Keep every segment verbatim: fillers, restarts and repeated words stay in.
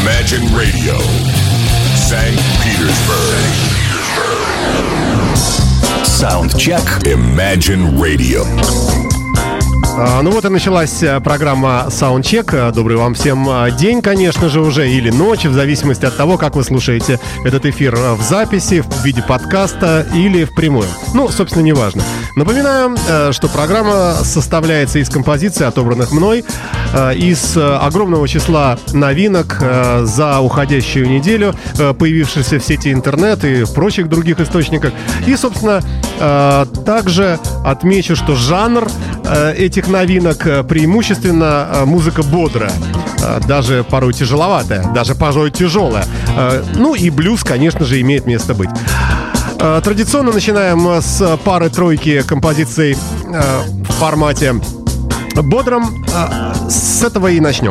Imagine Radio, Санкт Петербург. Soundcheck. Imagine Radio. Ну вот и началась программа Soundcheck. Добрый вам всем день, конечно же, уже, или ночь, в зависимости от того, как вы слушаете этот эфир в записи, в виде подкаста или в прямую. Ну, собственно, неважно. Напоминаю, что программа составляется из композиций, отобранных мной, из огромного числа новинок за уходящую неделю, появившихся в сети интернет и в прочих других источниках. И, собственно, также отмечу, что жанр этих новинок преимущественно музыка бодрая, даже порой тяжеловатая, даже порой тяжелая. Ну и блюз, конечно же, имеет место быть. Традиционно начинаем с пары-тройки композиций в формате бодром. С этого и начнем.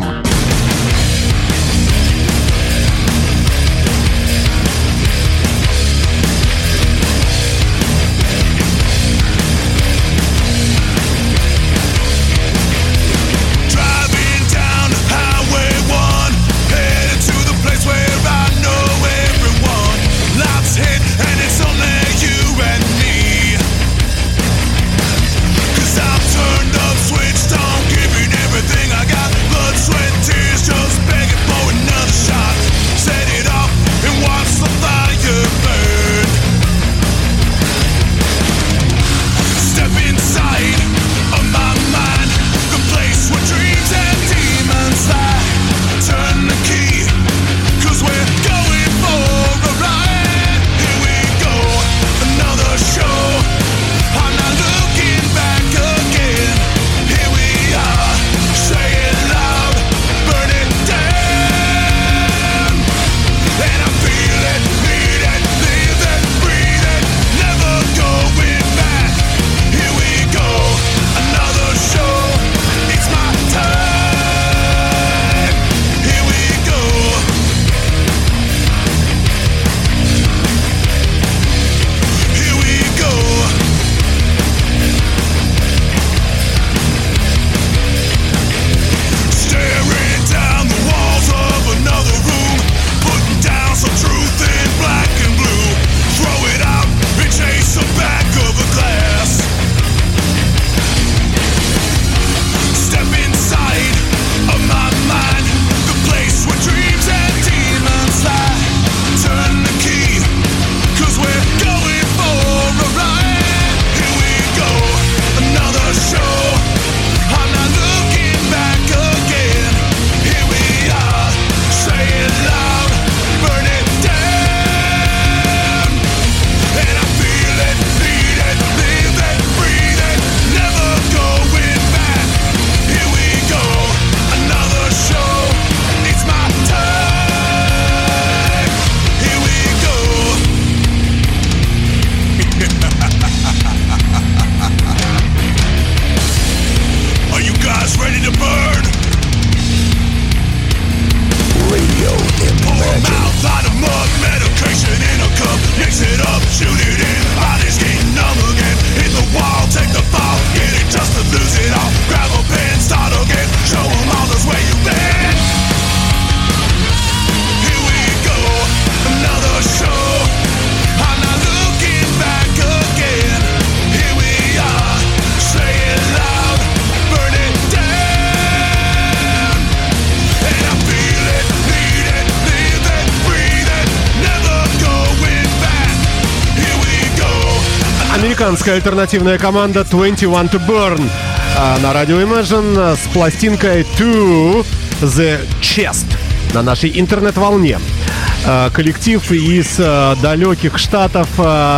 Американская альтернативная команда двадцать один to Burn на радио Imagine с пластинкой To The Chest на нашей интернет-волне. Коллектив из далеких штатов.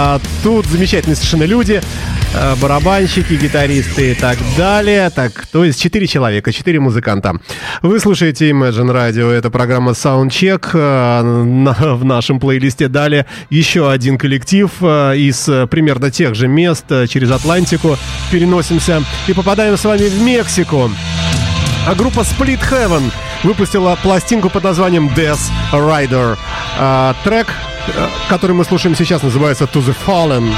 Тут замечательные совершенно люди, барабанщики, гитаристы и так далее. Так, то есть четыре человека, четыре музыканта. Вы слушаете Imagine Radio, это программа Soundcheck. В нашем плейлисте далее еще один коллектив из примерно тех же мест. Через Атлантику переносимся и попадаем с вами в Мексику. А группа Split Heaven выпустила пластинку под названием Death Rider. А, трек, который мы слушаем сейчас, называется To The Fallen.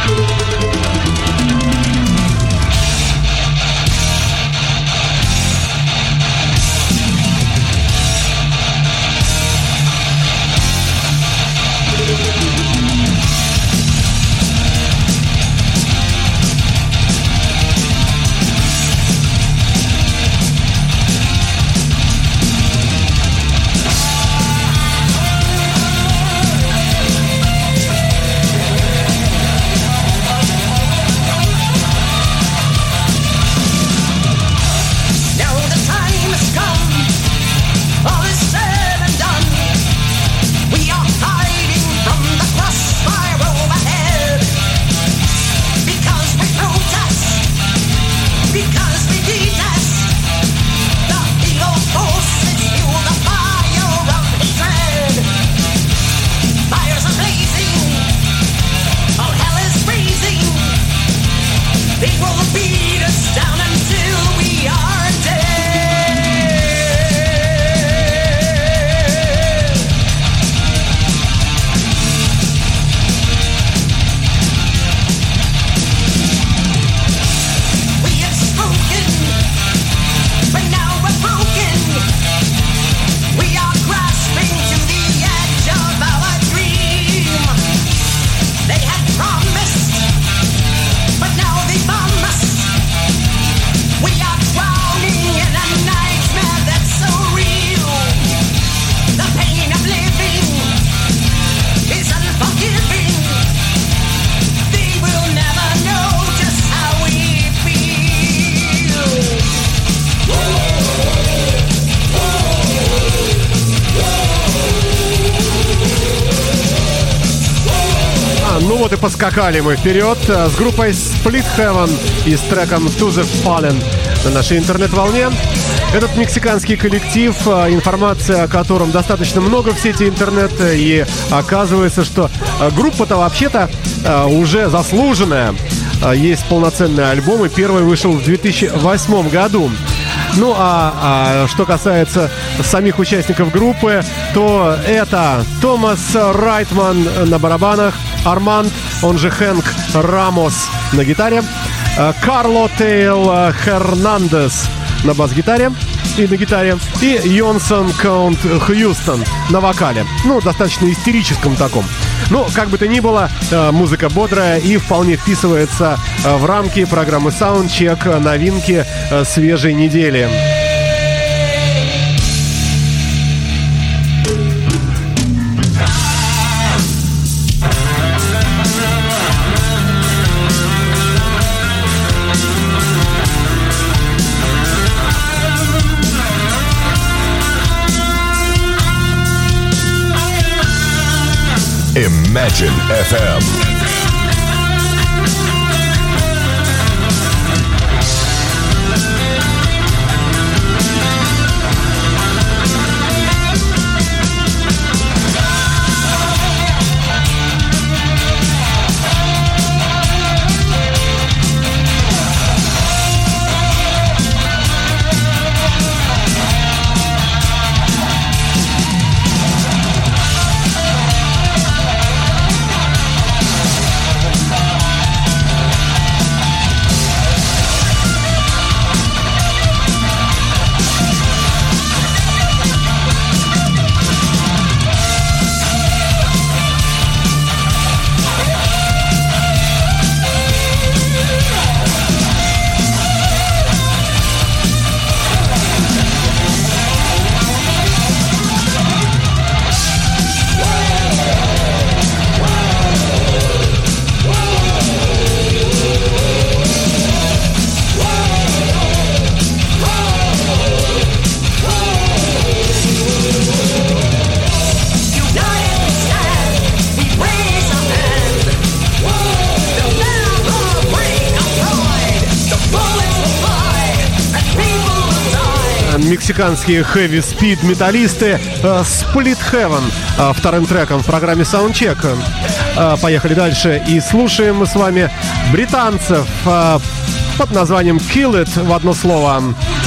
вот и поскакали мы вперед с группой Split Heaven и с треком To The Fallen на нашей интернет-волне. Этот мексиканский коллектив, информация о котором достаточно много в сети интернет, и оказывается, что группа-то вообще-то уже заслуженная. Есть полноценный альбом, и первый вышел в две тысячи восьмом году. Ну а, а что касается самих участников группы, то это Томас Райтман на барабанах, Арманд, он же Хэнк Рамос на гитаре, Карло Тейл Хернандес на бас-гитаре и на гитаре, и Йонсон Каунт Хьюстон на вокале. Ну, достаточно истерическом таком. Ну, как бы то ни было, музыка бодрая и вполне вписывается в рамки программы Soundcheck, новинки свежей недели. Imagine эф эм. Мексиканские хэви-спид металлисты Split Heaven вторым треком в программе Soundcheck. Поехали дальше и слушаем мы с вами британцев под названием Kill It в одно слово.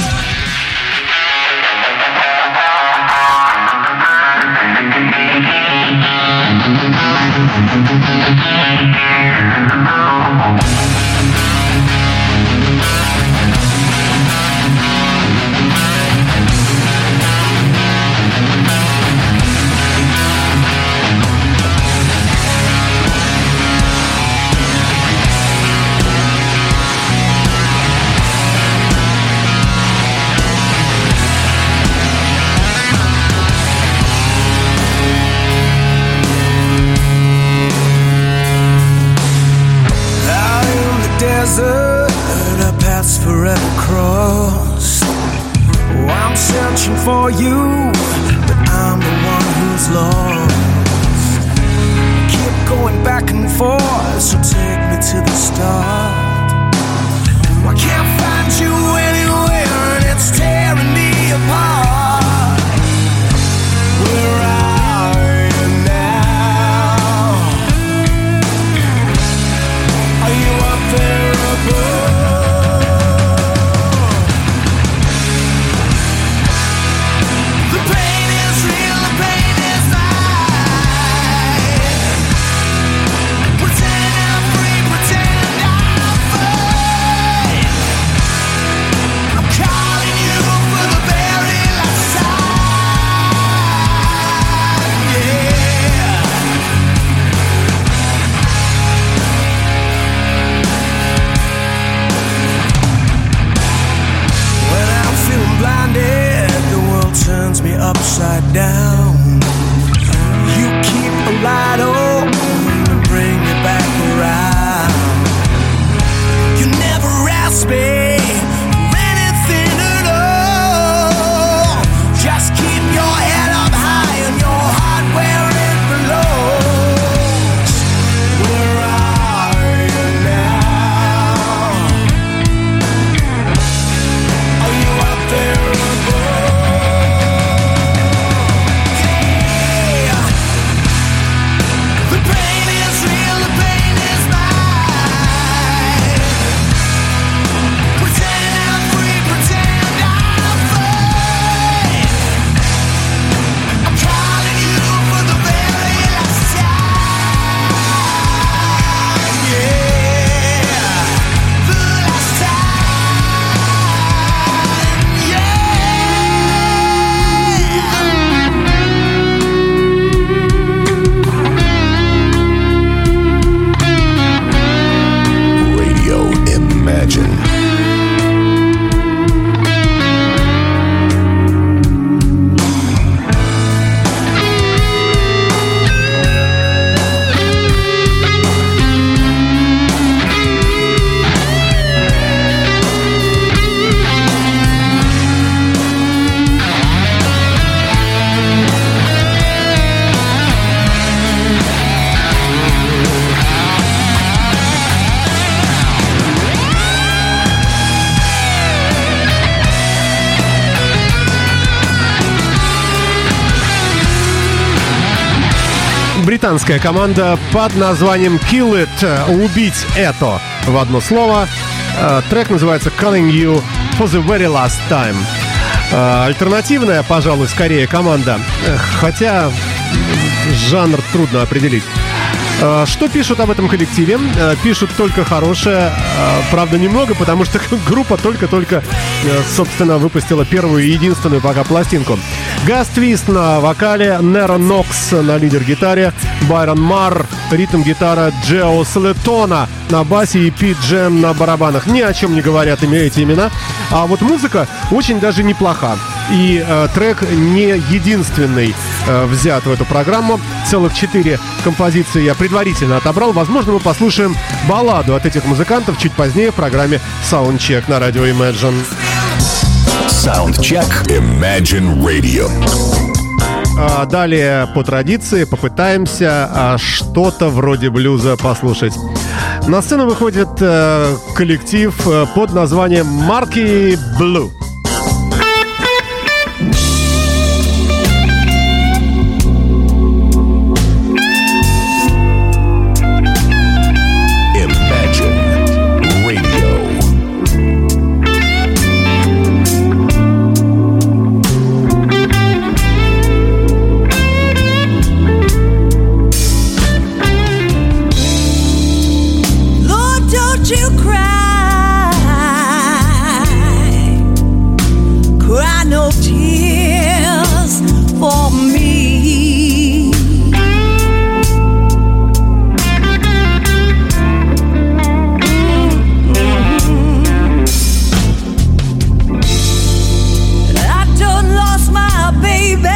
Forever crossed. Oh, I'm searching for you, but I'm the one who's lost. Keep going back and forth, so take me to the start. I can't find you anywhere, and it's tearing me apart. Where are you now? Are you up there above? Upside down, you keep a light on and bring me back around. You never ask me for anything at all. Just keep your head up high and your heart where it belongs. Where I британская команда под названием Kill It, убить это в одно слово. Трек называется Calling You for the Very Last Time. Альтернативная, пожалуй, скорее команда, хотя жанр трудно определить. Что пишут об этом коллективе? Пишут только хорошее, правда немного, потому что группа только-только, собственно, выпустила первую и единственную пока пластинку. Газ Твист на вокале, Неро Нокс на лидер-гитаре, Байрон Марр, ритм-гитара, Джео Слетона на басе и Пит Джем на барабанах. Ни о чем не говорят эти имена, а вот музыка очень даже неплоха. И э, трек не единственный э, взят в эту программу. Целых четыре композиции я предварительно отобрал. Возможно, мы послушаем балладу от этих музыкантов чуть позднее в программе Soundcheck на радио Imagine. Soundcheck Imagine Radio. А далее, по традиции, попытаемся а, что-то вроде блюза послушать. На сцену выходит э, коллектив э, под названием Marky Blue. You cry, cry no tears for me. I done lost my baby.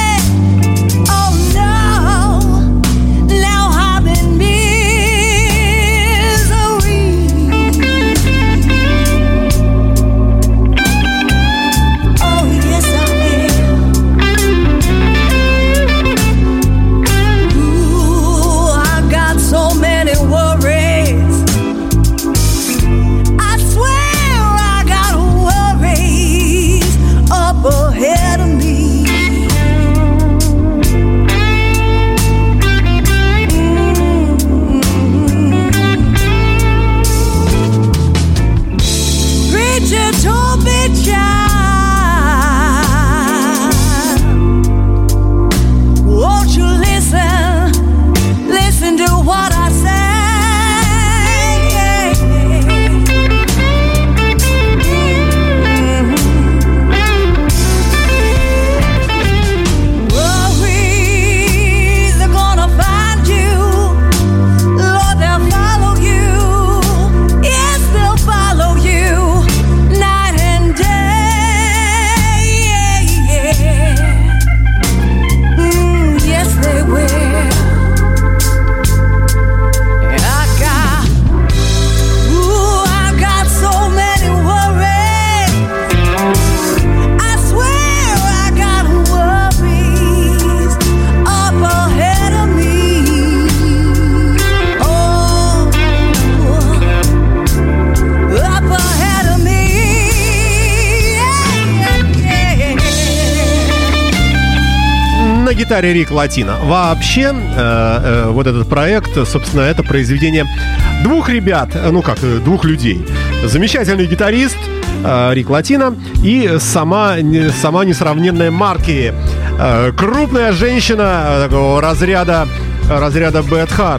На гитаре Рик Латино. Вообще, э, э, вот этот проект, собственно, это произведение двух ребят, ну как, двух людей. Замечательный гитарист э, Рик Латино и сама, не, сама несравненная Марки. Э, крупная женщина такого разряда, разряда Bad Heart.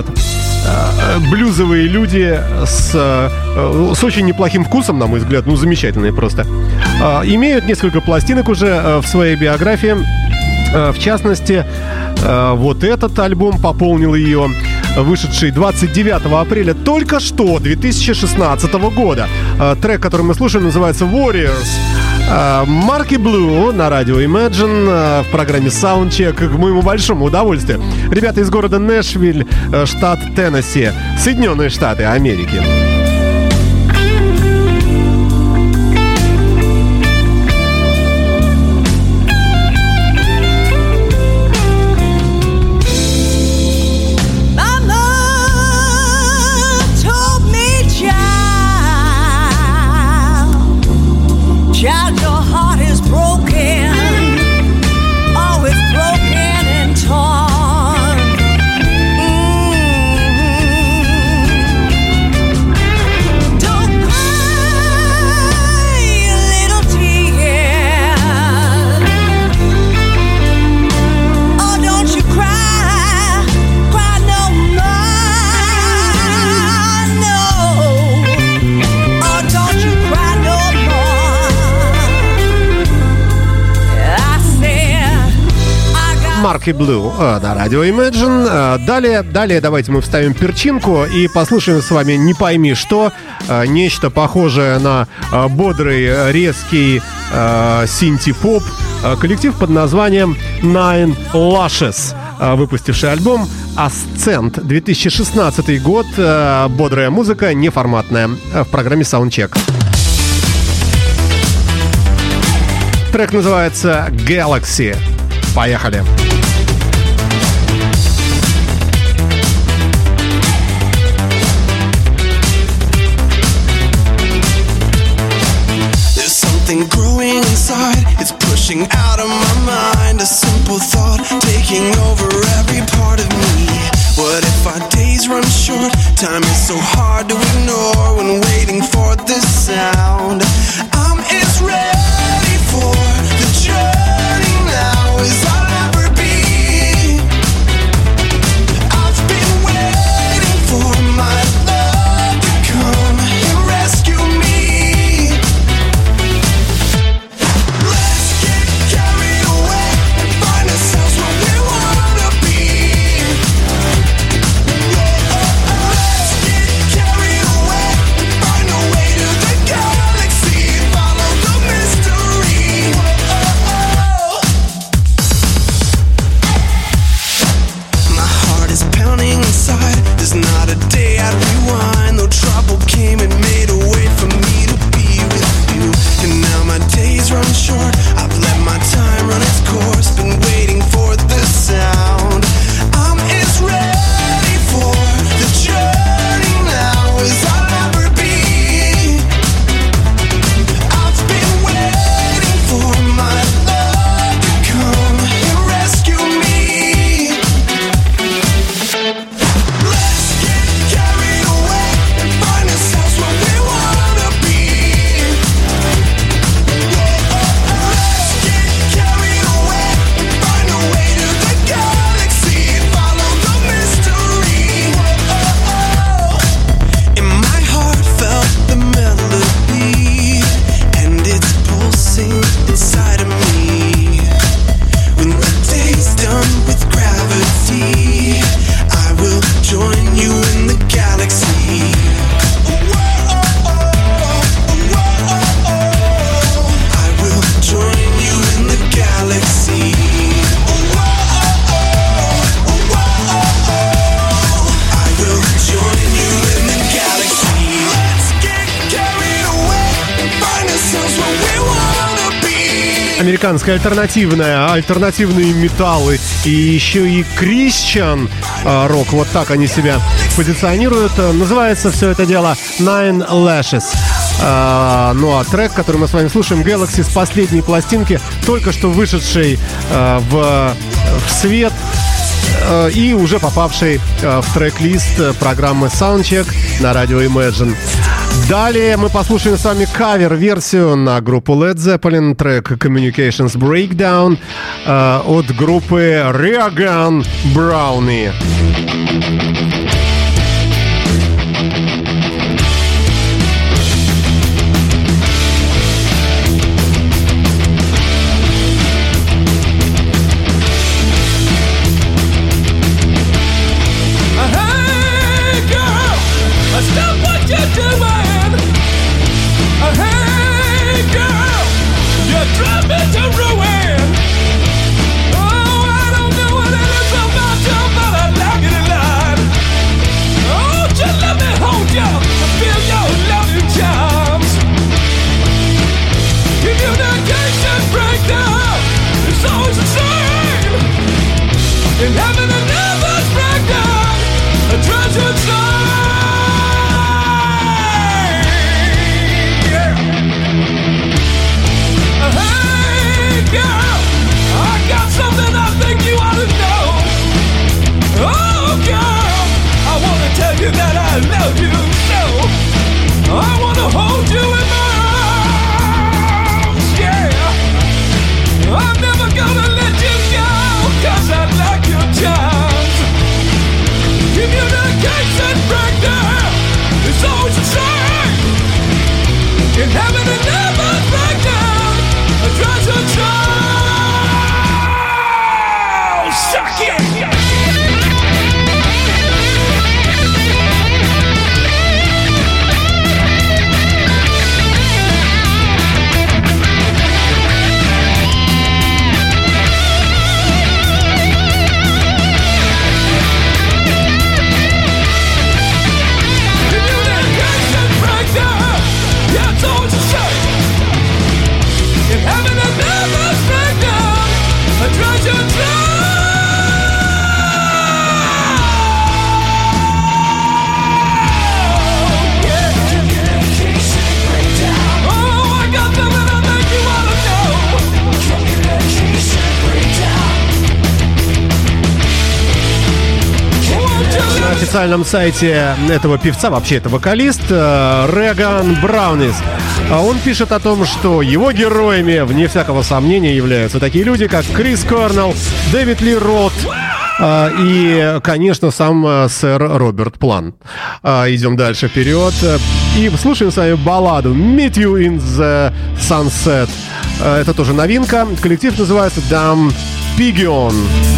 Э, блюзовые люди с, э, с очень неплохим вкусом, на мой взгляд, ну замечательные просто. Э, имеют несколько пластинок уже э, в своей биографии. В частности, вот этот альбом пополнил ее, вышедший двадцать девятого апреля только что две тысячи шестнадцатого года. Трек, который мы слушаем, называется Warriors. Marky Blue на радио Imagine в программе Soundcheck, к моему большому удовольствию. Ребята из города Нэшвилл, штат Теннесси, Соединенные Штаты Америки. Child, your heart is broken. Oh, it's broken and torn. Marky Blue на радио Imagine. Далее, далее давайте мы вставим перчинку и послушаем с вами «Не пойми что». Нечто похожее на бодрый, резкий синти-поп. Коллектив под названием Nine Lashes, выпустивший альбом Ascent, две тысячи шестнадцатый год. Бодрая музыка, неформатная, в программе Soundcheck. Трек называется Galaxy. Поехали. There's something growing inside. It's pushing out of my mind. A simple thought taking over every part of me. What if our days run short? Time is so hard to ignore when waiting for this sound. I'm as ready for the journey now as I'll ever be. I've been waiting for my love to come and rescue me. Let's get carried away and find ourselves where we wanna be. Let's get carried away and find a way to the galaxy. Follow the mystery. My heart is pounding inside. There's not a day I'd rewind. Though trouble came and made a way for me to be with you. And now my days run short. I've let my time run its course. Been waiting for this sound. I'm as ready for the journey now as I'll ever be. I've been waiting for my love to come and rescue me. Let's get carried away and find ourselves where we wanna be. Let's get carried away and find a way to the galaxy. Follow the mystery. In my heart felt the melody, and it's pulsing inside of me. When the day's done with gravity, I will join you in the galaxy. I will join you in the galaxy. I will join you in the galaxy. Let's get carried away and find ourselves where we wanna be. Американская альтернативная, альтернативные металлы и еще и Christian а, рок, вот так они себя позиционируют. Называется все это дело Nine Lashes. А, ну а трек, который мы с вами слушаем, Galaxy, с последней пластинки, только что вышедшей а, в, в свет а, и уже попавший а, в трек-лист программы Soundcheck на радио Imagine. Далее мы послушаем с вами кавер-версию на группу Led Zeppelin, трек Communications Breakdown э, от группы Reagan Brownie. Hey girl, stop what you're doing. Hey girl, you drive me to ruin. Oh, I don't know what it is about you, but I like it a lot. Oh, just let me hold you and feel your loving charms. Communication breakdown, it's always the same. In heaven and heaven's breakdown, a treasured sign. Hey girl, I got something I think you ought to know. Oh girl, I wanna tell you that I love you so. I wanna hold you in my arms, yeah. I'm never gonna let you go, 'cause I like your charms. Communication официальном сайте этого певца, вообще это вокалист, Реган Браунис. Он пишет о том, что его героями, вне всякого сомнения, являются такие люди, как Крис Корнелл, Дэвид Ли Рот и, конечно, сам сэр Роберт Плант. Идем дальше вперед и слушаем с вами балладу «Meet You in the Sunset». Это тоже новинка. Коллектив называется Dumb Pigeon.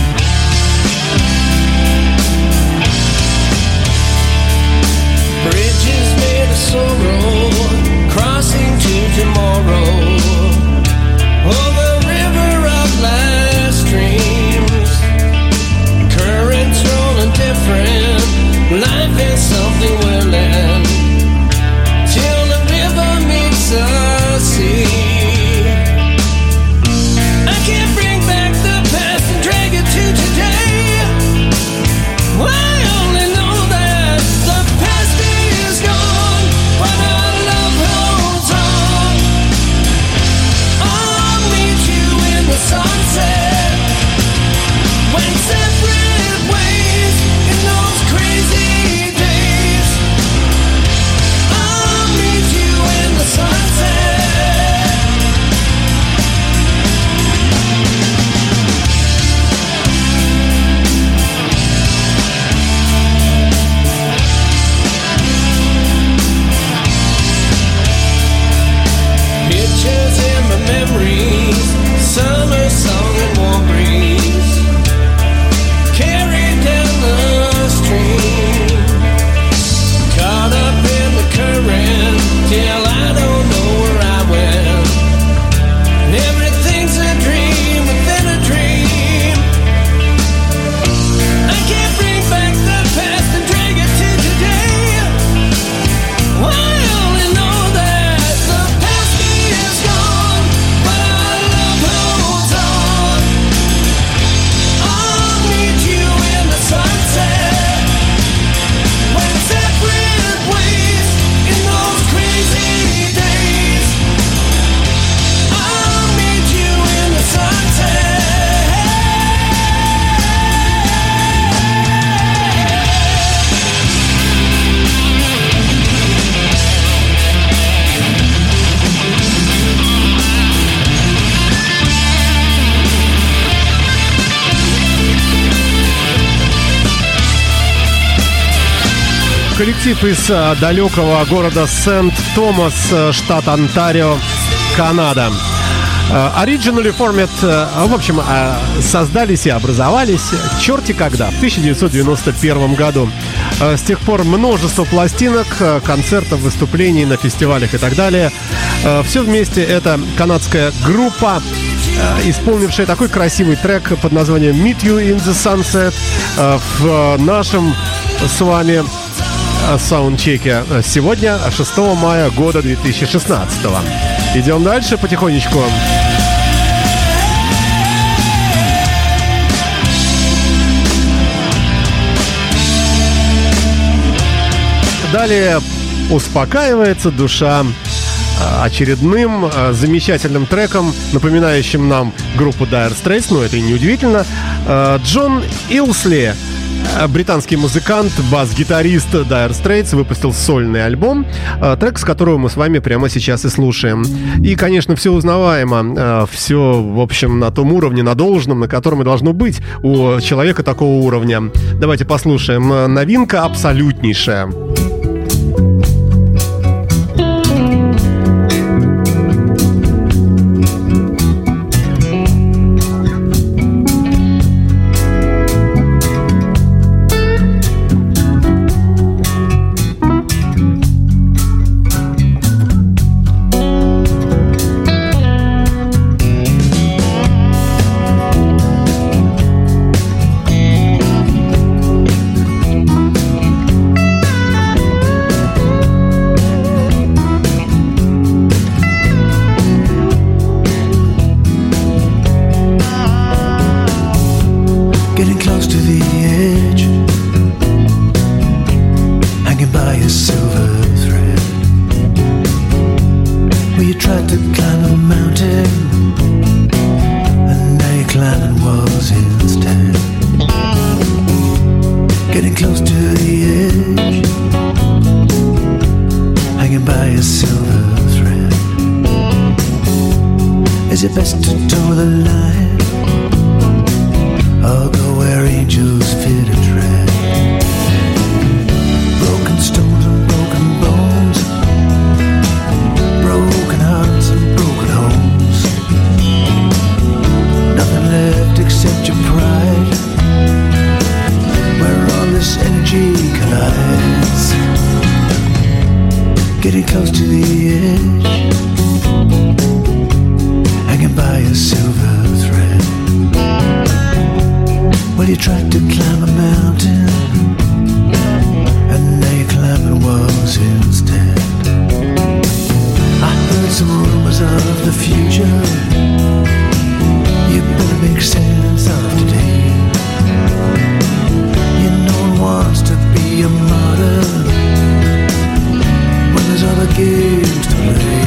Tomorrow, over river of last dreams, currents rolling different. Life is something we're learning till the river meets the sea. I can't bring back the past and drag it to today. I only know that the past is gone, but our love holds on. Sunset, when separate ways in those crazy days, I'll meet you in the sunset. Pictures in my memories, summer song and warm breeze, carried down the stream, caught up in the current till I don't know where I went. And everything's a dream within a dream. I can't bring back the past and drag it to today. I only know that the past is gone, but our love holds on. I'll meet you in the sunset, when separate ways in those crazy days. I'll meet you in the sunset. Коллектив из а, далекого города Сент-Томас, а, штат Онтарио, Канада. А, Originally formed, а, в общем, а, создались и образовались черти когда, в тысяча девятьсот девяносто первом году. А, с тех пор множество пластинок, а, концертов, выступлений на фестивалях и так далее. А, все вместе это канадская группа, а, исполнившая такой красивый трек под названием «Meet You in the Sunset» а, в нашем с вами саундчеке сегодня, шестого мая года две тысячи шестнадцатого. Идем дальше потихонечку. Далее успокаивается душа очередным замечательным треком, напоминающим нам группу Dire Straits, но это и не удивительно. Джон Илсли, британский музыкант, бас-гитарист Dire Straits, выпустил сольный альбом, трек с которого мы с вами прямо сейчас и слушаем. И, конечно, все узнаваемо, все, в общем, на том уровне, на должном, на котором и должно быть у человека такого уровня. Давайте послушаем. Новинка абсолютнейшая. Getting close to the edge. it best to toe the line or go where angels fear to tread? Broken stones and broken bones, broken hearts and broken homes, nothing left except your pride, where all this energy collides. Getting close to the edge, hanging by a silver thread. Well, you tried to climb a mountain, and now you're climbing walls instead. I heard some rumors of the future, you better make sense of today. You no one wants to be a martyr when there's other games to play.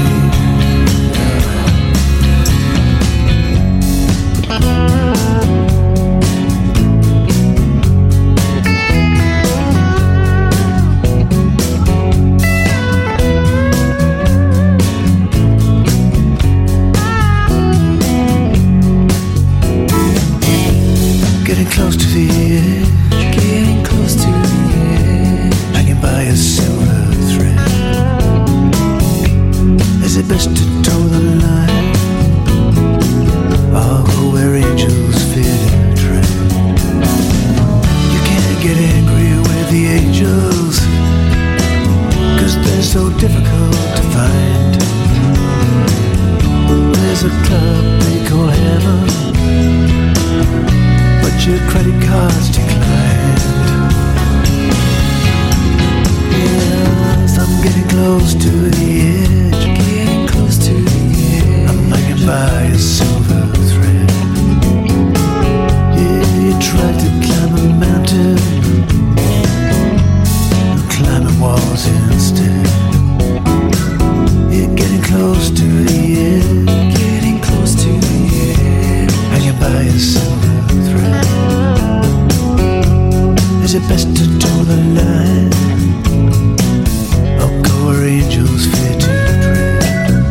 Getting close to the edge, getting close to the edge, hanging by a silver thread. Is it best to toe the line or go where angels fear to tread? You can't get angry with the angels, 'cause they're so difficult to find. There's a club they call heaven, but your credit card's declined. Yes, I'm getting close to the edge, getting close to the edge. I'm hanging by a silver thread. Yeah, you tried to climb a mountain, I'm climbing walls instead. You're getting close to the edge, getting close to the edge, hanging by a silver thread. Is it best to toe the line or go where angels fear to tread?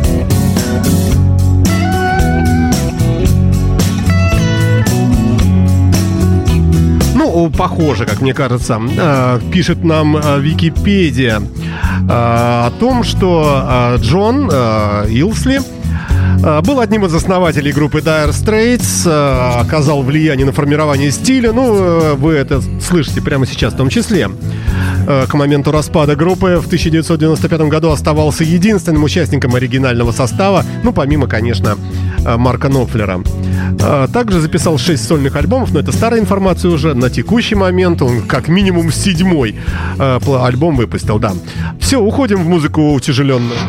Ну, похоже, как мне кажется, пишет нам Википедия о том, что Джон Илсли был одним из основателей группы Dire Straits, оказал влияние на формирование стиля. Ну, вы это слышите прямо сейчас в том числе. К моменту распада группы в тысяча девятьсот девяносто пятом году оставался единственным участником оригинального состава, ну, помимо, конечно, Марка Knopfler. Также записал шесть сольных альбомов, но это старая информация уже. На текущий момент он как минимум седьмой альбом выпустил, да. Все, уходим в музыку утяжеленную.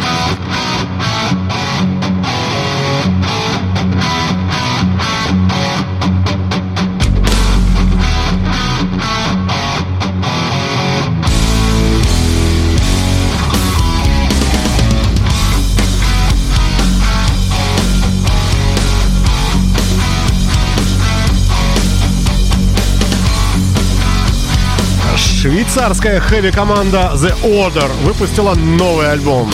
Швейцарская хэви-команда The Order выпустила новый альбом.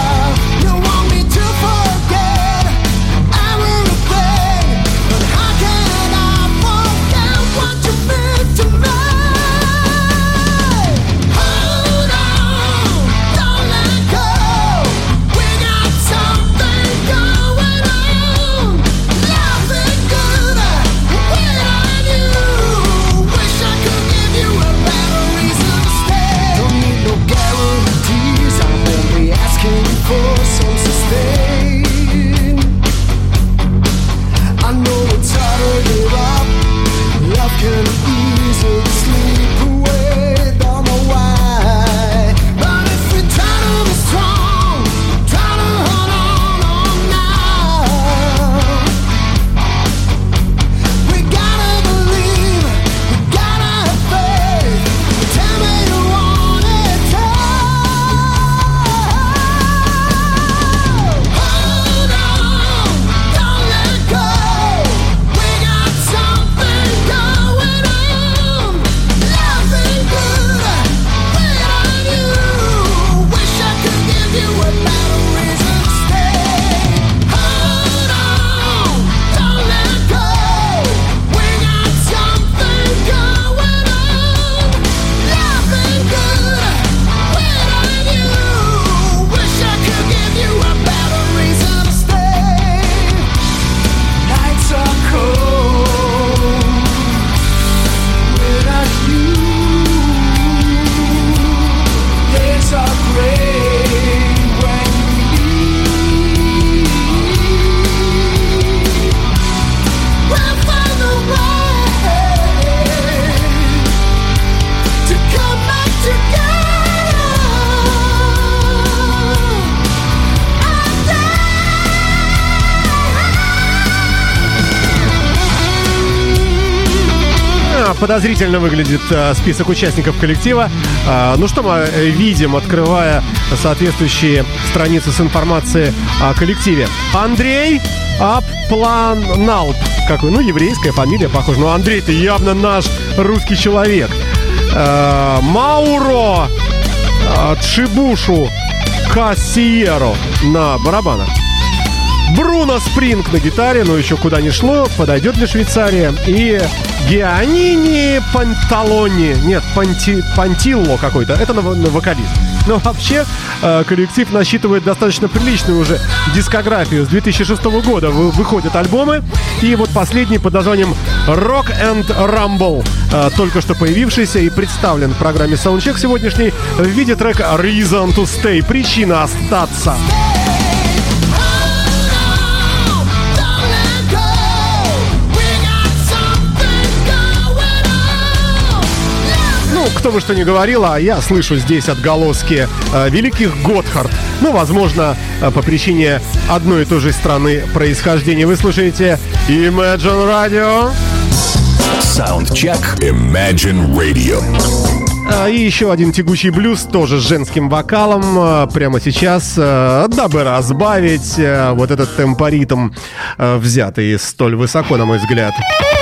I подозрительно выглядит э, список участников коллектива. Э, ну что мы видим, открывая соответствующие страницы с информацией о коллективе? Андрей Апланалп. Какой? Ну, еврейская фамилия, похоже. Ну, Андрей-то явно наш русский человек. Э, Мауро э, Чебушу Кассиеро на барабанах. Бруно Спринг на гитаре, но еще куда ни шло, подойдет для Швейцарии. И Гианини Панталони, нет, Панти, Пантилло какой-то, это на, на вокалист. Но вообще э, коллектив насчитывает достаточно приличную уже дискографию. С две тысячи шестого года вы, выходят альбомы. И вот последний под названием Rock and Rumble, э, только что появившийся и представлен в программе Soundcheck сегодняшней в виде трека Reason to Stay, причина остаться. Кто бы что ни говорил, а я слышу здесь отголоски э, великих Готхард. Ну, возможно, э, по причине одной и той же страны происхождения. Вы слушаете Imagine Radio. Soundcheck Imagine Radio. И еще один тягучий блюз, тоже с женским вокалом, прямо сейчас, дабы разбавить вот этот темпоритм, взятый столь высоко, на мой взгляд.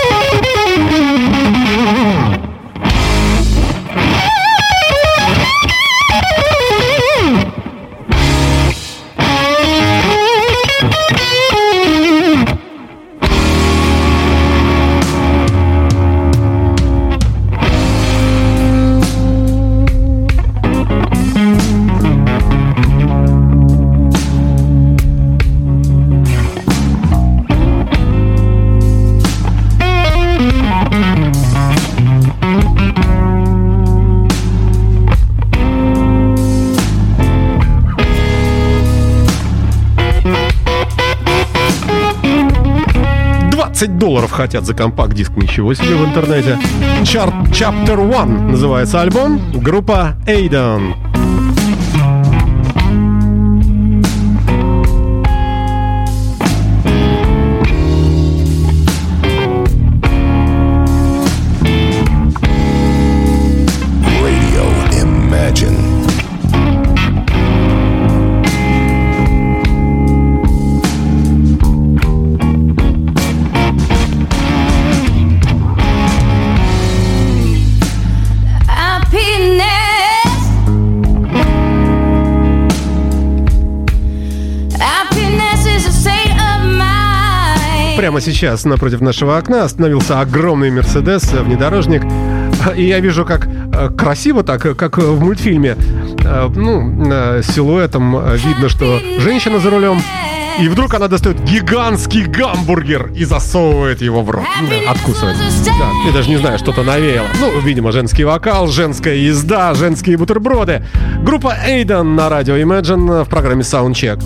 двадцать долларов хотят за компакт-диск, ничего себе в интернете. Chart Chapter один называется альбом, группа Aidan. Radio Imagine. Прямо сейчас напротив нашего окна остановился огромный Мерседес, внедорожник. И я вижу, как красиво так, как в мультфильме. Ну, силуэтом видно, что женщина за рулем. И вдруг она достает гигантский гамбургер и засовывает его в рот. Откусывает. Да, я даже не знаю, что-то навеяло. Ну, видимо, женский вокал, женская езда, женские бутерброды. Группа Aidan на радио Imagine в программе Soundcheck.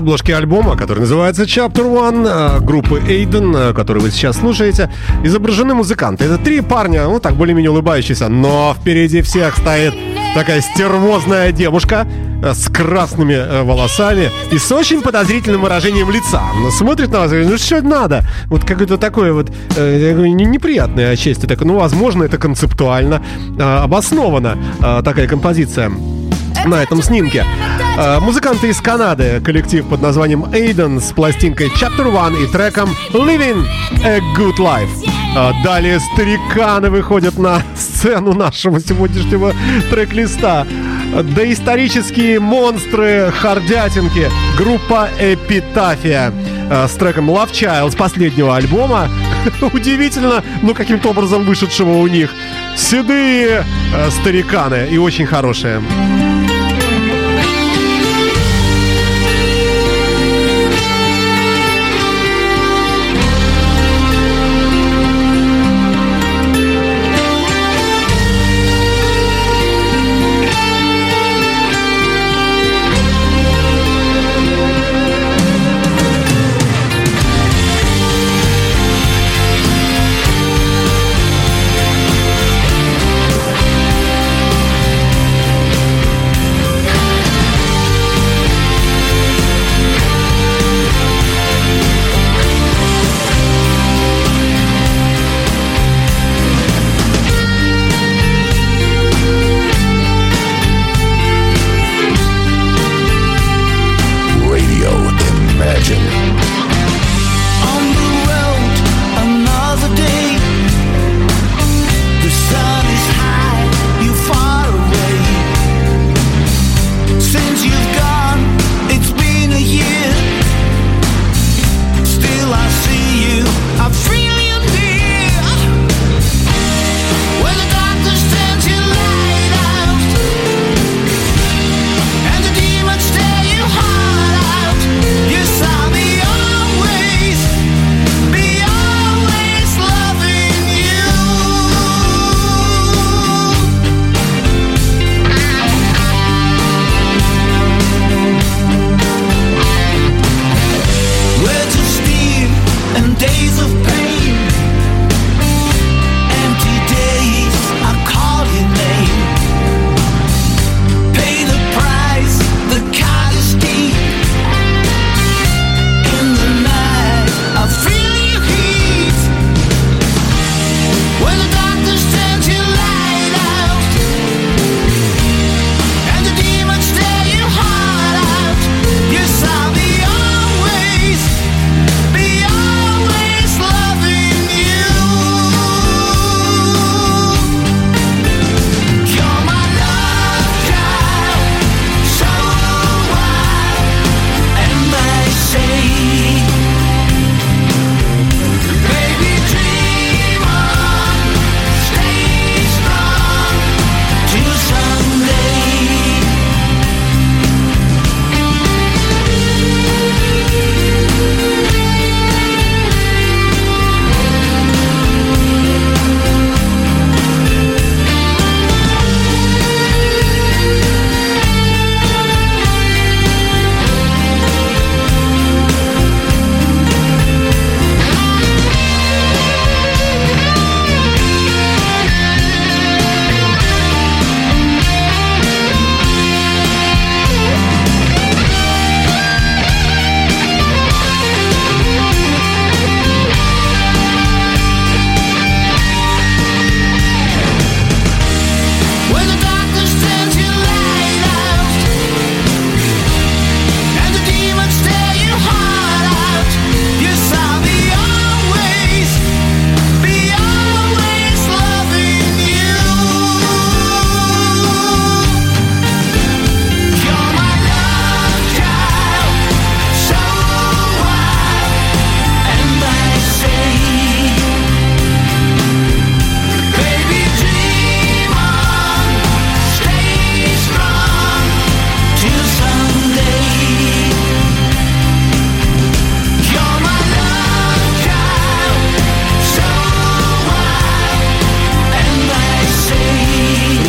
обложке альбома, который называется Chapter One, группы Aiden, который вы сейчас слушаете, изображены музыканты. Это три парня, ну так, более-менее улыбающиеся, но впереди всех стоит такая стервозная девушка с красными волосами и с очень подозрительным выражением лица. Смотрит на вас и говорит: ну что это надо? Вот какое-то такое вот э, неприятное отчасти. Так, ну, возможно, это концептуально э, обосновано, э, такая композиция на этом снимке. Э, музыканты из Канады, коллектив под названием Aiden с пластинкой Chapter One и треком Living a Good Life. Э, далее стариканы выходят на сцену нашего сегодняшнего трек-листа. Доисторические монстры, хардятинки, группа Эпитафия э, с треком Love Child с последнего альбома. Удивительно, но каким-то образом вышедшего у них. Седые э, стариканы и очень хорошие.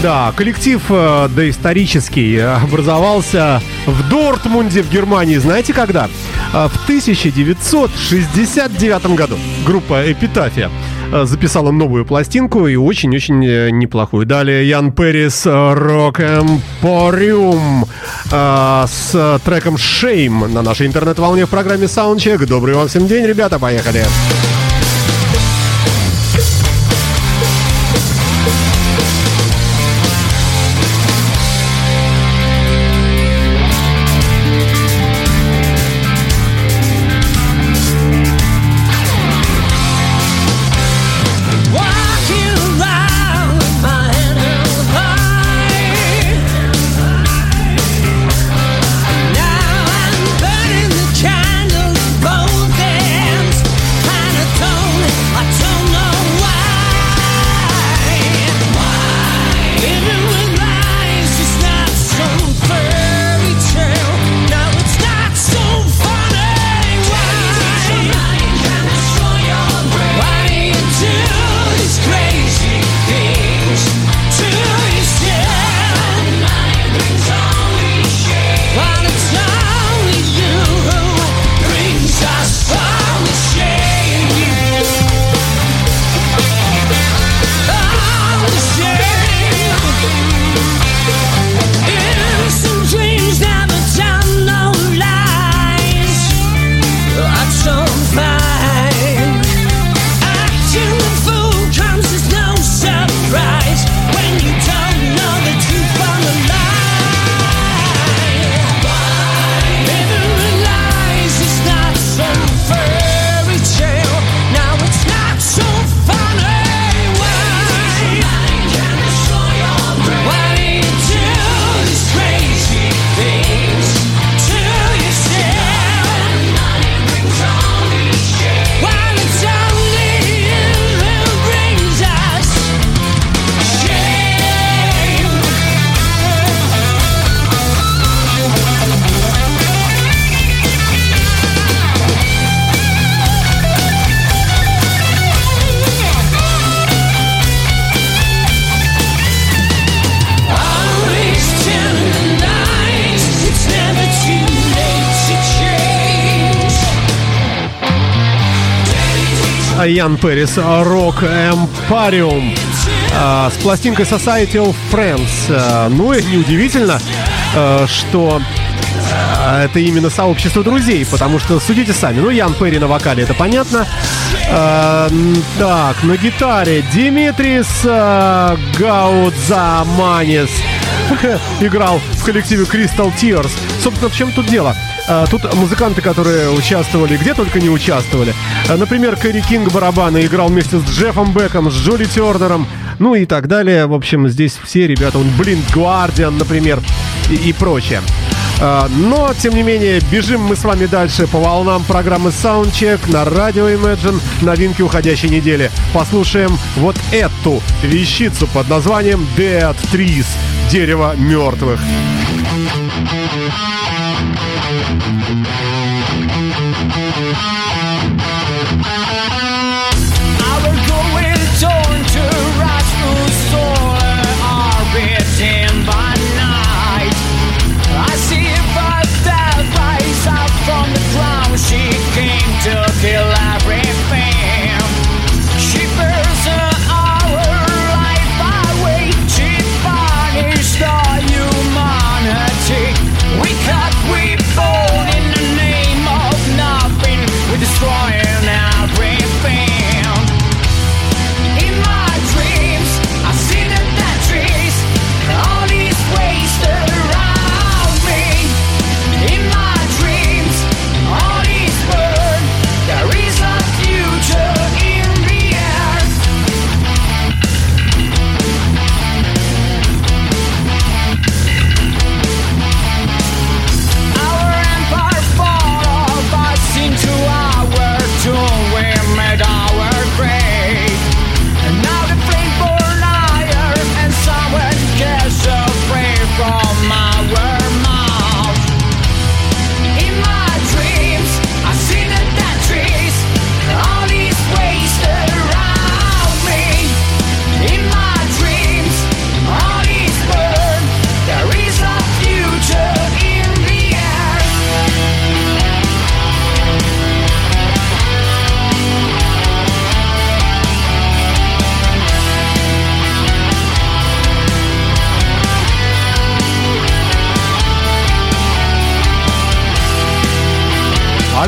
Да, коллектив э, доисторический образовался в Дортмунде, в Германии. Знаете когда? Э, в тысяча девятьсот шестьдесят девятом году группа «Эпитафия» э, записала новую пластинку и очень-очень э, неплохую. Далее Ян Пэрис «Rock Emporium» э, с треком «Shame» на нашей интернет-волне в программе Soundcheck. Добрый вам всем день, ребята, поехали! Ян Пэрис «Rock Emporium» э, с пластинкой Society of Friends. Э, ну и неудивительно, э, что э, это именно сообщество друзей, потому что судите сами. Ну, Ян Пэри на вокале, это понятно. Э, так, на гитаре Димитрис э, Гаудзаманис играл в коллективе Crystal Tears. Собственно, в чем тут дело? Тут музыканты, которые участвовали, где только не участвовали. Например, Кэрри Кинг барабаны играл вместе с Джеффом Беком, с Джоли Тернером, ну и так далее. В общем, здесь все ребята, он Blind Guardian, например, и, и прочее. Но, тем не менее, бежим мы с вами дальше по волнам программы Soundcheck на радио Imagine. Новинки уходящей недели. Послушаем вот эту вещицу под названием Dead Trees. Дерево мертвых. She came to kill everything. She bears our life away. She punished all human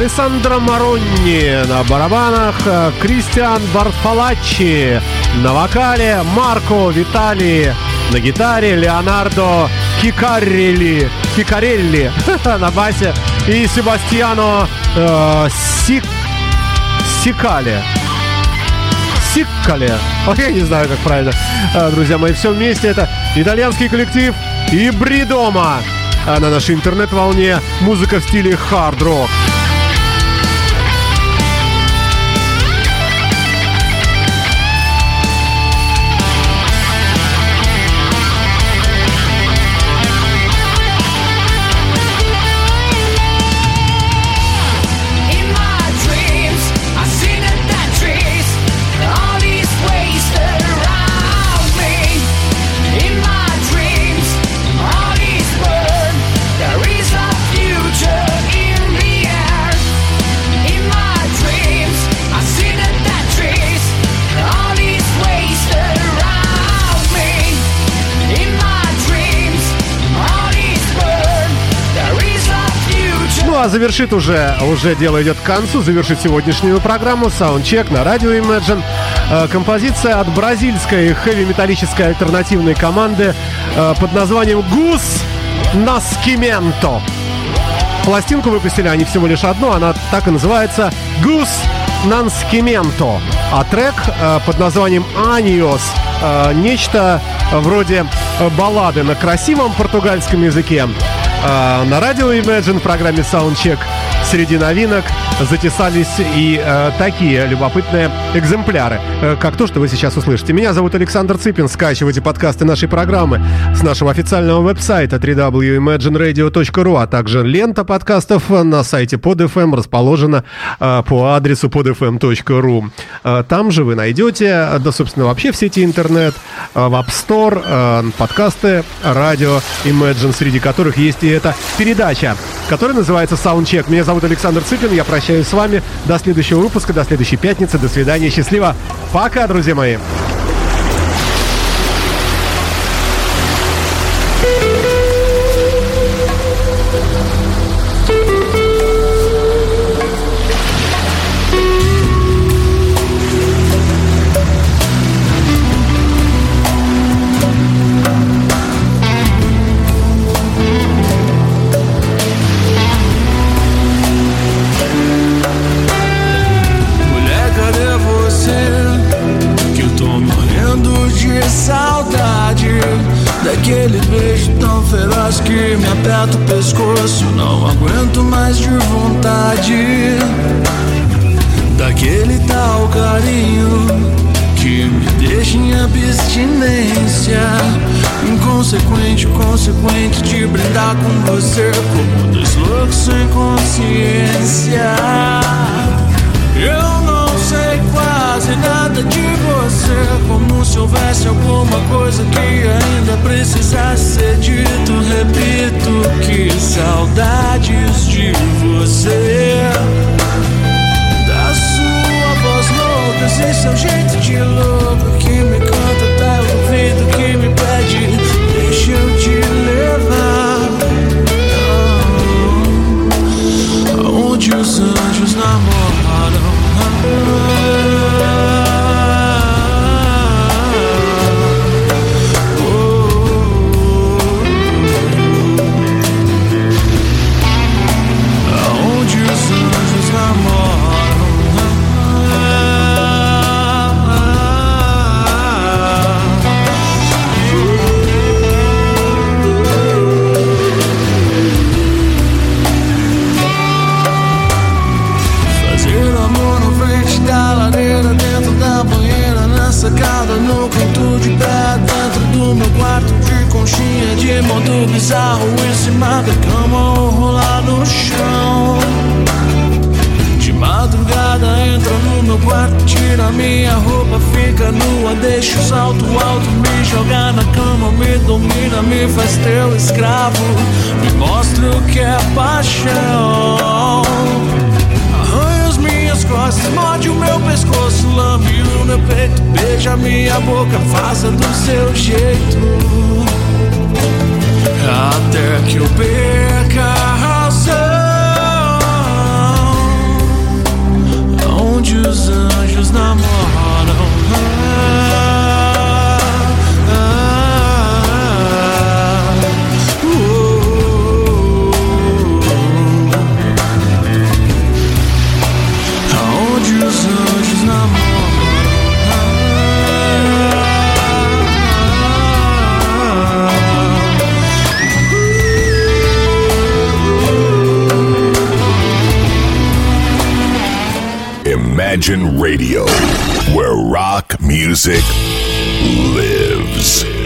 Алессандро Маронни на барабанах, Кристиан Барфалаччи на вокале, Марко Витали на гитаре, Леонардо Кикарелли, Кикарелли на басе и Себастьяно э, Сик, Сикале. Сиккале. Я не знаю, как правильно. Друзья мои, все вместе. Это итальянский коллектив Ибридома. А на нашей интернет-волне музыка в стиле хард-рок. А завершит уже, уже дело идет к концу, завершит сегодняшнюю программу Soundcheck на радио Imagine. Э, композиция от бразильской хэви-металлической альтернативной команды э, под названием Gus Nascimento. Пластинку выпустили они всего лишь одну, она так и называется Gus Nascimento. А трек э, под названием Años, э, нечто вроде баллады на красивом португальском языке. На радио Imagine в программе Soundcheck среди новинок затесались и э, такие любопытные экземпляры, э, как то, что вы сейчас услышите. Меня зовут Александр Цыпин. Скачивайте подкасты нашей программы с нашего официального веб-сайта дабл ю дабл ю дабл ю точка имэджин радио точка ру, а также лента подкастов на сайте под эф эм расположена э, по адресу под эф эм точка ру. Э, там же вы найдете, да, собственно, вообще в сети интернет, э, в App Store, э, подкасты радио Imagine, среди которых есть и эта передача, которая называется Soundcheck. Меня зовут Александр Цыпин. Я прощаюсь с вами до следующего выпуска, до следующей пятницы. До свидания, счастливо. Пока, друзья мои. Daquele beijo tão feroz que me aperta o pescoço, não aguento mais de vontade. Daquele tal carinho que me deixa em abstinência, inconsequente, consequente de brindar com você como dois loucos sem consciência. Eu não sei quase nada de você, como se houvesse alguma coisa que ainda precisasse ser dito. Repito, que saudades de você, da sua voz louca, esse seu jeito de louco que me canta até o ouvido, que me pede, deixa eu te levar aonde os anjos namoram. Aonde os anjos namoram. Sacada no canto de pé, dentro do meu quarto de conchinha, de modo bizarro em cima da cama ou rolar no chão. De madrugada entra no meu quarto, tira minha roupa, fica nua, deixa o salto alto, me joga na cama, me domina, me faz teu escravo, me mostra o que é paixão. Costas, morde o meu pescoço, lambe o meu peito, beija minha boca, faça do seu jeito, até que eu perca a razão. anjos, anjos namoram. Aonde os anjos namoram. Imagine Radio, where rock music lives.